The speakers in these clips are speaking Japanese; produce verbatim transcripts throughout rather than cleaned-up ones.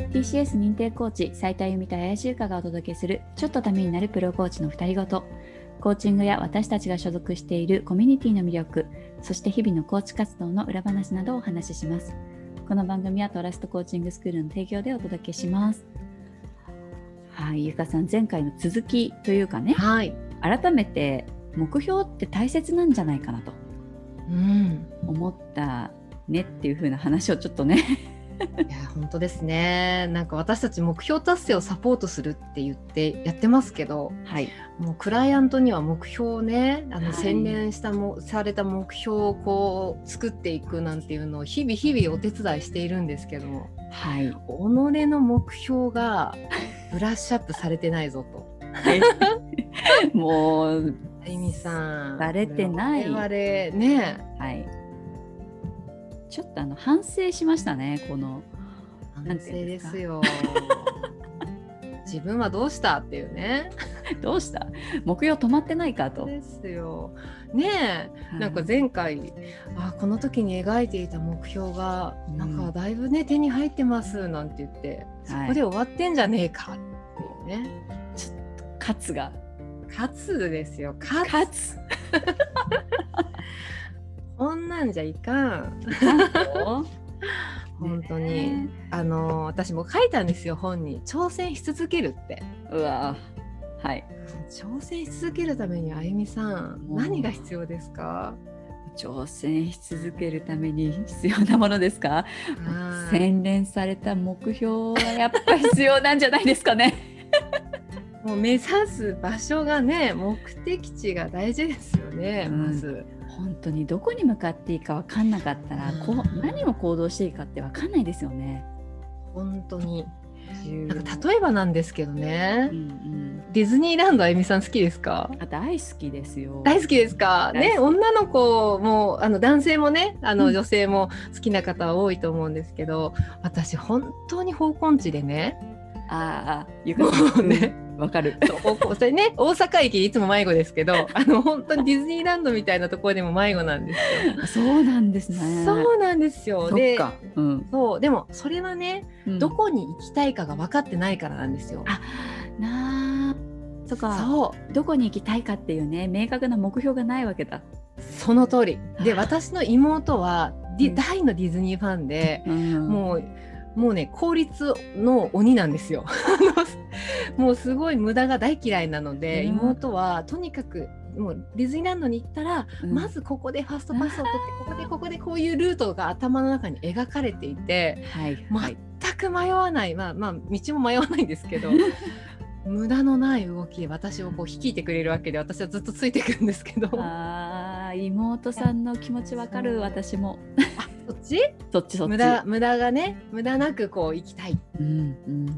ティーシーエス 認定コーチ斉田由美と林優香がお届けするちょっとためになるプロコーチのふたりごと。コーチングや私たちが所属しているコミュニティの魅力、そして日々のコーチ活動の裏話などをお話しします。この番組はトラストコーチングスクールの提供でお届けします。はい、ゆかさん、前回の続きというかね、 はい、 改めて目標って大切なんじゃないかなと思ったねっていう風な話をちょっとねいや本当ですね。なんか私たち目標達成をサポートするって言ってやってますけど、 はい、 もうクライアントには目標をね、あの、はい、洗練したもされた目標をこう作っていくなんていうのを日々日々お手伝いしているんですけども、 はい、己の目標がブラッシュアップされてないぞともうあゆみさんされてない。 我々ね、 はい、ちょっとあの反省しましたね。この反省ですよ自分はどうしたっていうねどうした目標止まってないかとですよねえ、はい、なんか前回あこの時に描いていた目標が、うん、なんかだいぶね手に入ってますなんて言って、そこで終わってんじゃねえかっていうね、 ちょっと勝つが勝つですよ勝つ勝つこんなんじゃいかん本当に、ね、あの私も書いたんですよ、本に。挑戦し続けるって。 うわ、はい。 挑戦し続けるためにあゆみさん何が必要ですか？ 挑戦し続けるために必要なものですか？洗練された目標はやっぱ必要なんじゃないですかねもう目指す場所がね、目的地が大事ですよね、うん、まず本当にどこに向かっていいか分かんなかったら、うん、こう何を行動していいかって分かんないですよね。 本当になんか例えばなんですけどね、うんうん、ディズニーランドあゆみさん好きですか？ あ、大好きですよ。 大好きですかね。女の子もあの男性もね、あの、うん、女性も好きな方は多いと思うんですけど、私本当に方向地でね、 ああ、ゆかさんね、わかる。 そうそれね、大阪駅いつも迷子ですけど、あの本当にディズニーランドみたいなところでも迷子なんですよ。そうなんですね。 そうなんですよ。 で、そっか、うん、 そうでもそれはね、うん、どこに行きたいかが分かってないからなんですよ。 あ、なあ、そっか。そう、どこに行きたいかっていうね、明確な目標がないわけだ。 その通り。で、私の妹は、うん、大のディズニーファンで、うん、もう。もうね、効率の鬼なんですよもうすごい無駄が大嫌いなので、うん、妹はとにかくもうディズニーランドに行ったら、うん、まずここでファーストパスを取ってここでここでこういうルートが頭の中に描かれていて、はいはい、全く迷わない、まあまあ道も迷わないんですけど無駄のない動きで私をこう率いてくれるわけで、私はずっとついてくるんですけどあ、妹さんの気持ちわかる。私もそっちそっちそっち無駄無駄がね、無駄なくこう行きたい、 うんうん、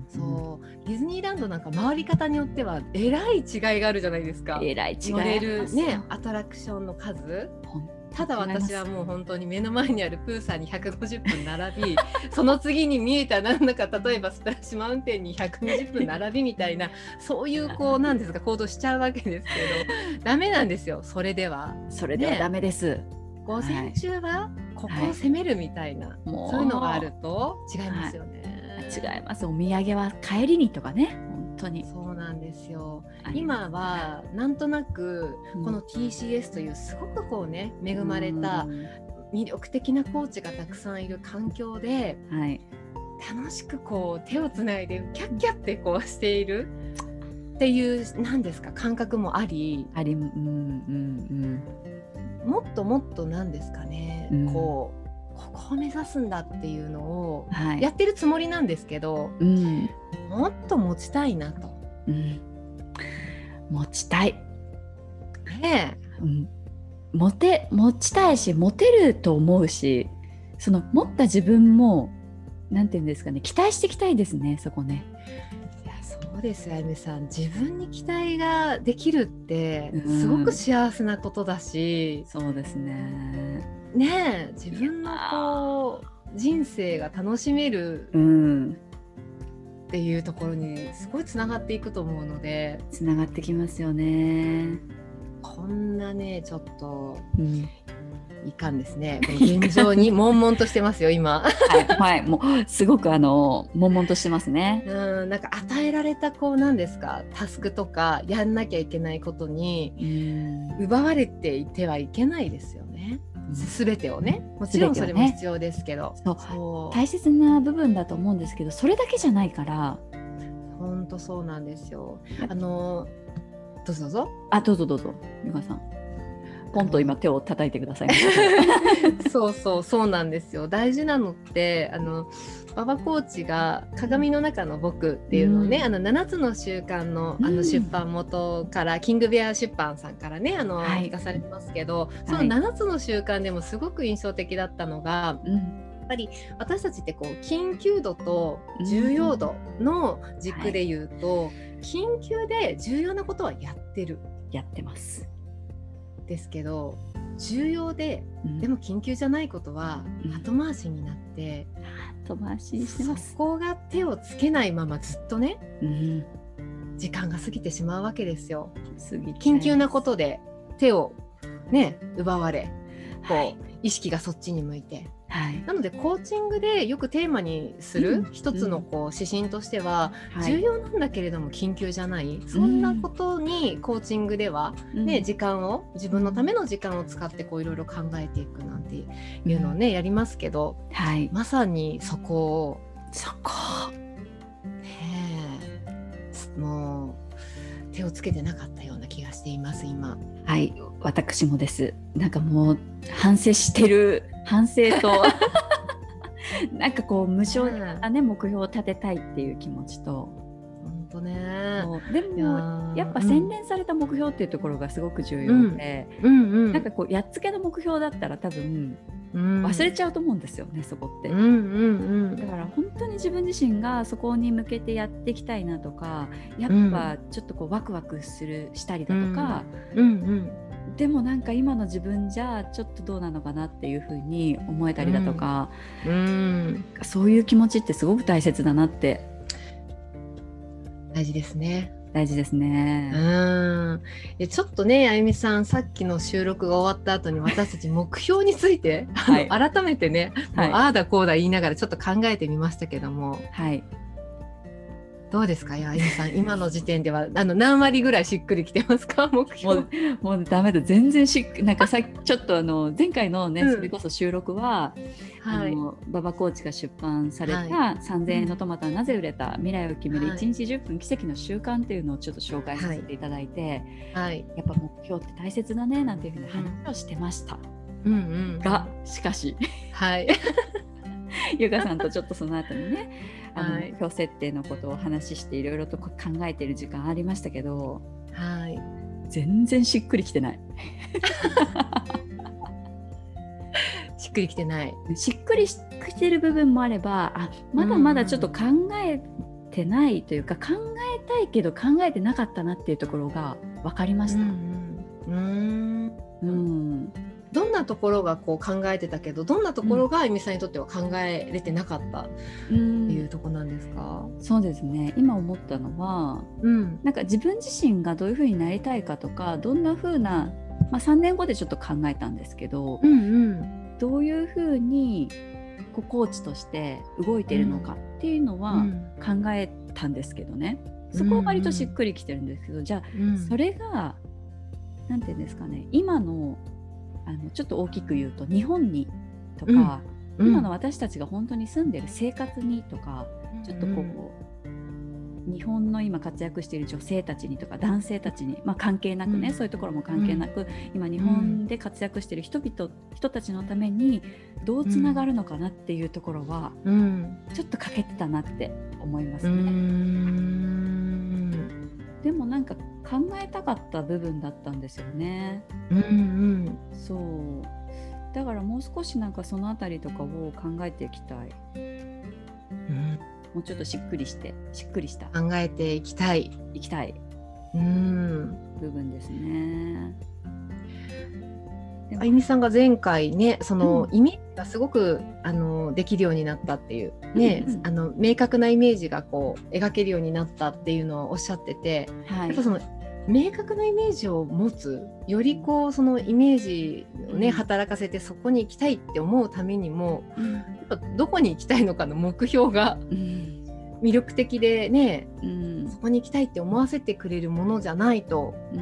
そうディズニーランドなんか回り方によってはえらい違いがあるじゃないですか。 えらい違い乗れるねアトラクションの数。ただ私はもう本当に目の前にあるプーさんにひゃくごじゅっぷん並びその次に見えたなんだか例えばスプラッシュマウンテンにひゃくにじゅっぷん並びみたいなそういうこうなんですか行動しちゃうわけですけどダメなんですよ。それではそれではダメです、ね、 午前中はここを攻めるみたいな、はい、そういうのがあると違いますよね、 はい、違います。お土産は帰りにとかね、本当にそうなんですよ。今はなんとなくこの ティーシーエス というすごくこうね恵まれた魅力的なコーチがたくさんいる環境で、はい、楽しくこう手をつないでキャッキャってこうしているっていう何ですか感覚もあり、 あり、うんうんうん、もっともっとなんですかね、うん、こうここを目指すんだっていうのをやってるつもりなんですけど、はい、うん、もっと持ちたいなと、うん、 持ちたい、 ねえ、 うん、持て持ちたいし持てると思うし、その持った自分もなんていうんですかね、期待していきたいですね、そこね。 いやそうですよ、あゆみさん、自分に期待ができるってすごく幸せなことだし、 うん、そうですね。 ねえ、自分のこう人生が楽しめる、うん、っていうところにすごいつながっていくと思うので、 つながってきますよね。 こんなねちょっと、うん、 いかんですね。現状に悶々としてますよ今。 はい、はい、もうすごくあの悶々としてますね。 うん、なんか与えられたこうなんですか、タスクとかやんなきゃいけないことに奪われていてはいけないですよね。すべてをね、もちろんそれも必要ですけど、 ね、そうそう大切な部分だと思うんですけど、それだけじゃないから。 本当そうなんですよ。あのどうぞどうぞ。 あ、どうぞどうぞ、ゆかさん。ポンと今手を叩いてください。 そうそうそうなんですよ。大事なのってあの馬場コーチが鏡の中の僕っていうのをね、うん、あのななつの習慣 の, あの出版元から、うん、キングベア出版さんからねあの、はい、聞かされてますけど、そのななつの習慣でもすごく印象的だったのが、うん、やっぱり私たちってこう緊急度と重要度の軸で言うと、うんはい、緊急で重要なことはやってるやってますですけど、重要で、うん、でも緊急じゃないことは後回しになって、 うん、後回しにしてます。 そこが手をつけないままずっとね、うん、時間が過ぎてしまうわけですよ。緊急なことで手をね奪われ、こう、はい、意識がそっちに向いて、はい、なのでコーチングでよくテーマにする一つのこう指針としては、うん、重要なんだけれども緊急じゃない、はい、そんなことにコーチングでは、ねうん、時間を自分のための時間を使ってこういろいろ考えていくなんていうのをね、うん、やりますけど、はい、まさにそこをそこねえもう手をつけてなかったような気がしています今。 はい、私もです。なんかもう反省してる反省となんかこう無償な、ね、目標を立てたいっていう気持ちと、 本当ね。 でもやっぱ洗練された目標っていうところがすごく重要で、うんうんうん、なんかこうやっつけの目標だったら多分忘れちゃうと思うんですよね、そこって、うんうんうん、だから本当に自分自身がそこに向けてやっていきたいなとか、やっぱちょっとこうワクワクするしたりだとか、うんうんうん、でもなんか今の自分じゃちょっとどうなのかなっていう風に思えたりだとか、うんうん、そういう気持ちってすごく大切だなって。 大事ですね。 大事ですね。 うんでちょっとね、あゆみさん、さっきの収録が終わった後に私たち目標について、はい、あの改めてね、はい、もうああだこうだ言いながらちょっと考えてみましたけども、はい、どうですか、あゆみさん今の時点ではあの何割ぐらいしっくりきてますか、目標。 もう、もうダメだ、全然しっなんかさちょっとあの前回のね、うん、それこそ収録ははい、あの馬場コーチが出版された、はい、さんぜんえんのトマトはなぜ売れた、未来を決めるいちにちじゅっぷん奇跡の習慣っていうのをちょっと紹介させていただいて、はい、やっぱ目標って大切だねなんていうふうに話をしてました、うんうん、がしかし、はい、ゆかさんとちょっとその後にねあの、はい、目標設定のことをお話ししていろいろと考えている時間ありましたけど、はい、全然しっくりきてないしっくりきてない。 しっくりしてる部分もあれば、あまだまだちょっと考えてないというか、うんうん、考えたいけど考えてなかったなっていうところが分かりました。うんうんうん、どんなところがこう考えてたけど、どんなところがあゆみさんにとっては考えれてなかったっていうところなんですか？ うん、そうですね、今思ったのは、うん、なんか自分自身がどういうふうになりたいかとか、どんなふうな、まあ、さんねんごでちょっと考えたんですけど、うんうんどういうふうにこうコーチとして動いているのかっていうのは考えたんですけどね、うん、そこは割としっくりきてるんですけど、うん、じゃあ、うん、それがなんていうんですかね、今 の, あのちょっと大きく言うと日本にとか、うん、今の私たちが本当に住んでる生活にとか、ちょっとこう、日本の今活躍している女性たちにとか男性たちに、まあ、関係なくね、うん、そういうところも関係なく、うん、今日本で活躍している人々、人たちのためにどうつながるのかなっていうところは、うん、ちょっと欠けてたなって思いますね。うんでもなんか考えたかった部分だったんですよね。うんうん、そうだからもう少しなんかそのあたりとかを考えていきたい。うんもうちょっとしっくりしてしっくりした考えていきたいいきたいうん部分ですね。 あゆみさんが前回ね、そのイメージがすごく、うん、あのできるようになったっていうね、うんうん、あの明確なイメージがこう描けるようになったっていうのをおっしゃってて、はい、やっぱその明確なイメージを持つ、よりこうそのイメージをね、 うん、 働かせてそこに行きたいって思うためにも、 うん、 やっぱどこに行きたいのかの目標が魅力的でね、うん、そこに行きたいって思わせてくれるものじゃないと、うん、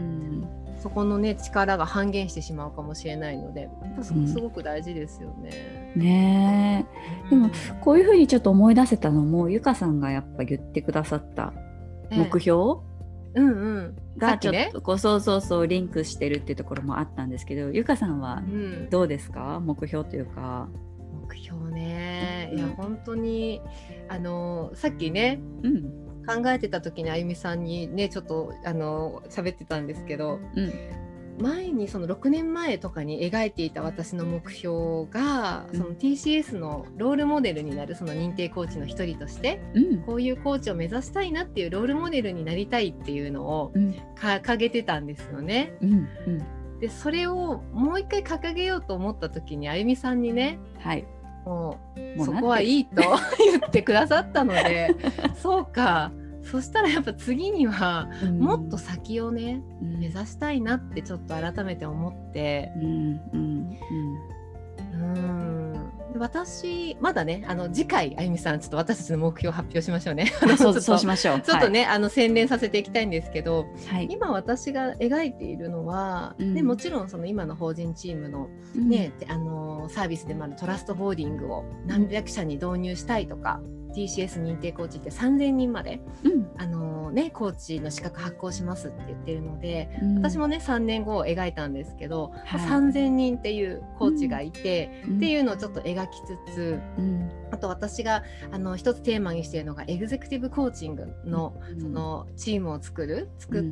そこのね力が半減してしまうかもしれないので、そこすごく大事ですよね。 うん、ねえ、でもこういうふうにちょっと思い出せたのもゆかさんがやっぱ言ってくださった目標、ええ、うんうん、がちょっとこう、そうそうそうリンクしてるっていうところもあったんですけど、ゆかさんはどうですか、うん、目標というか。 目標ね、うん、いや本当にあのさっきね、うん、考えてた時にあゆみさんにねちょっとあの喋ってたんですけど、うん、前にそのろくねんまえとかに描いていた私の目標が、うん、その ティーシーエス のロールモデルになるその認定コーチの一人として、うん、こういうコーチを目指したいなっていうロールモデルになりたいっていうのを掲げてたんですよね。うんうん、でそれをもう一回掲げようと思った時にあゆみさんにね、はい、もうそこはいいと言ってくださったのでそうか、そしたらやっぱ次にはもっと先をね、うん、目指したいなってちょっと改めて思って、うんうんうん、うん私まだねあの次回あゆみさんちょっと私たちの目標を発表しましょうね。 そうそうしましょう。 ちょっとね、はい、あの洗練させていきたいんですけど、はい、今私が描いているのは、うんね、もちろんその今の法人チームの、ねうん、あのサービスでもあるトラストホールディングを何百社に導入したいとか、うん、ティーシーエス 認定コーチってさんぜんにんまで、うんあのね、コーチの資格発行しますって言ってるので、うん、私もねさんねんごを描いたんですけど、はい、さんぜんにんっていうコーチがいて、うん、っていうのをちょっと描きつつ、うん、あと私があの一つテーマにしているのがエグゼクティブコーチング の,、うん、そのチームを作る作って、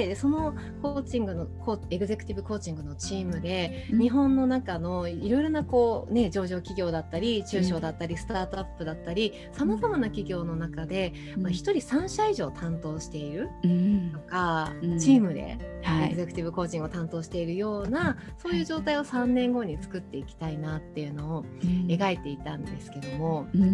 うん、そのコーチングのエグゼクティブコーチングのチームで、うん、日本の中のいろいろなこう、ね、上場企業だったり中小だったり、うん、スタートアップだったりさまざまな企業の中で、うんまあ、ひとりさんしゃ以上担当しているとか、うん、チームでエグゼクティブコーチングを担当しているような、はい、そういう状態をさんねんごに作っていきたいなっていうのを描いていたんですけども、うん、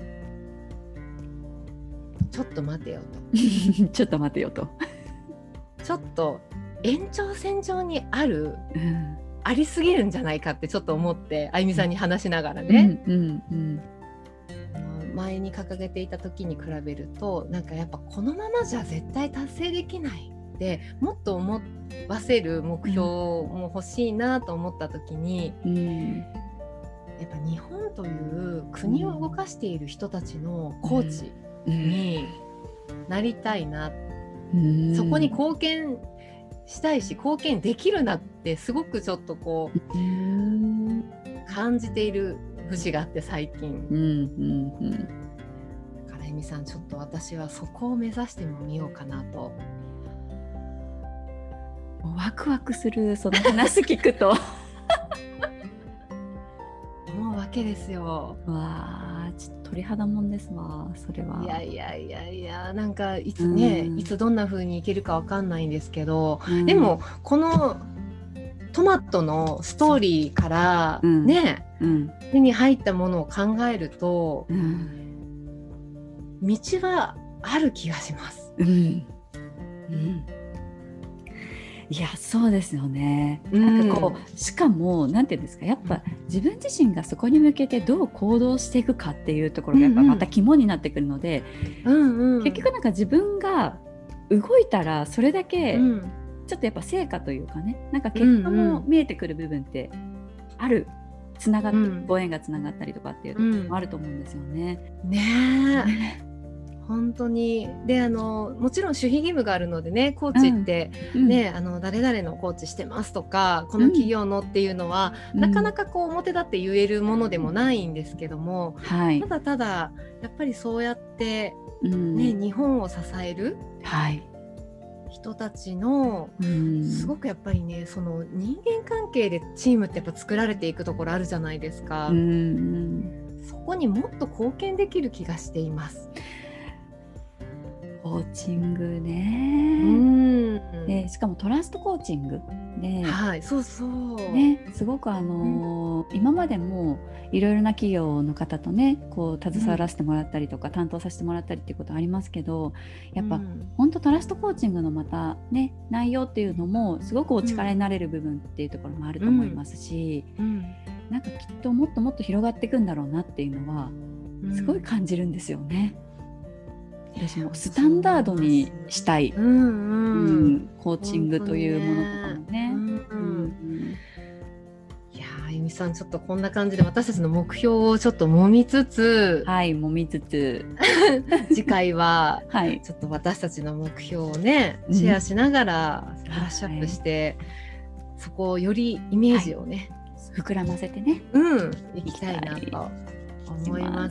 ちょっと待てよとちょっと待てよとちょっと延長線上にある、うん、ありすぎるんじゃないかってちょっと思ってあゆみさんに話しながらね、うんうんうん前に掲げていた時に比べるとなんかやっぱこのままじゃ絶対達成できないってもっと思わせる目標も欲しいなと思った時に、うん、やっぱ日本という国を動かしている人たちのコーチになりたいな、うん、そこに貢献したいし貢献できるなってすごくちょっとこう、うん、感じている節があって最近、うんうんうん、だからえみさんちょっと私はそこを目指してもみようかなと。 ワクワクするその話聞くと思うわけですよ。 わーちょっと鳥肌もんですわそれは。 いやいやいやいやなんかいつね、うん、いつどんな風にいけるかわかんないんですけど、うん、でもこのトマトのストーリーからね、うん、手に入ったものを考えると、うん、道はある気がします、うんうん、 いやそうですよね、うん、なんかこうしかもなんていうんですかやっぱ自分自身がそこに向けてどう行動していくかっていうところがやっぱまた肝になってくるので、うんうん、結局なんか自分が動いたらそれだけ、うんちょっとやっぱ成果というかねなんか結果も見えてくる部分ってある、つながって、うん、ご縁がつながったりとかっていうところもあると思うんですよね。 うん、ねえ本当にであのもちろん守秘義務があるのでねコーチって、うんね、あの誰々のコーチしてますとかこの企業のっていうのは、うん、なかなかこう表立って言えるものでもないんですけども、はい、ただただやっぱりそうやって、ねうん、日本を支える、はい人たちの、うん、すごくやっぱりねその人間関係でチームってやっぱ作られていくところあるじゃないですか、うん、そこにもっと貢献できる気がしています。 コーチングうね、 んでしかもトラストコーチングで、 はい、そうそう、 ね、すごくあのーうん、今までもいろいろな企業の方とねこう携わらせてもらったりとか、うん、担当させてもらったりっていうことありますけど、やっぱ、うん、本当トラストコーチングのまたね内容っていうのもすごくお力になれる部分っていうところもあると思いますし、うんうん、なんかきっともっともっと広がっていくんだろうなっていうのはすごい感じるんですよね。うん、私もスタンダードにしたい、うんうんうん、コーチングというものとかもね。うんうんいやあゆみさんちょっとこんな感じで私たちの目標をちょっと揉みつつはい揉みつつ次回はちょっと私たちの目標をね、はい、シェアしながらブラッシュアップして、はい、そこをよりイメージをね、 はい、膨らませてねうんいきたいなと思います。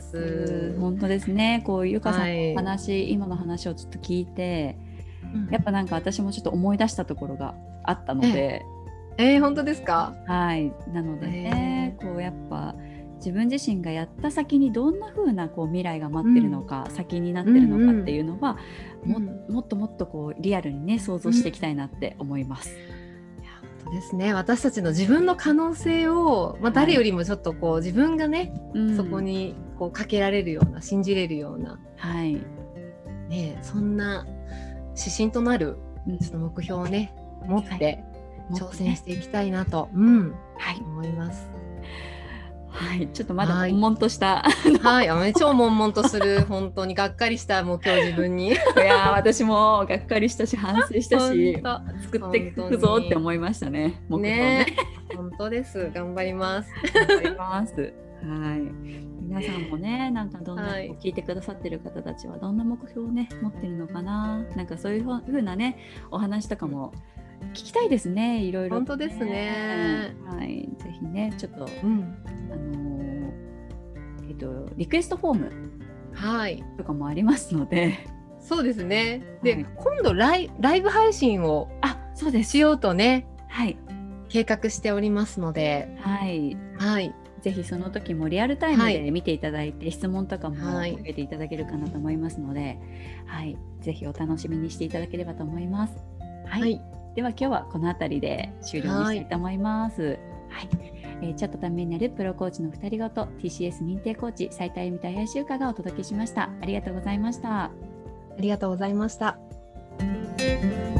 本当ですね。こうゆかさんの話、はい、今の話をちょっと聞いて、うん、やっぱなんか私もちょっと思い出したところがあったので、 ええー、本当ですか？ はい。なのでね、えー、こうやっぱ自分自身がやった先にどんな風なこう未来が待ってるのか、うん、先になってるのかっていうのは、うんうん、も, もっともっとこうリアルにね想像していきたいなって思います。 うん、いや本当ですね。私たちの自分の可能性を、まあ、誰よりもちょっとこう、はい、自分がね、うん、そこにこうかけられるような信じれるような、 はいね、そんな指針となるちょっと目標をね、うん、持って、はい挑戦していきたいなと、うんはい、思います。 はい、ちょっとまだ悶々とした、 はい、はい、超悶々とする本当にがっかりしたもう今日自分にいや私もがっかりしたし反省したし作っていくぞって思いましたね。 目標ね。本当です頑張ります頑張りますはい皆さんもねなんかどんな、はい、聞いてくださってる方たちはどんな目標をね持ってるのかな、なんかそういう風なねお話とかも聞きたいですね。いろいろ、ね、 本当ですね。 はい、ぜひねちょっと、うん、あのー、えっとリクエストフォームはいとかもありますので、 そうですね。で、はい、今度ライ、ライブ配信をあそうですしようとね、 はい計画しておりますので、 はいはい。 ぜひその時もリアルタイムで見ていただいて、はい、質問とかも受けていただけるかなと思いますので、はい、ぜひお楽しみにしていただければと思います。はい。はいでは今日はこのあたりで終了にしたいと思います。はい、はいえー、ちょっとためになるプロコーチのふたりごと ティーシーエス 認定コーチ斉田由美と林由佳がお届けしました。ありがとうございました。 ありがとうございました。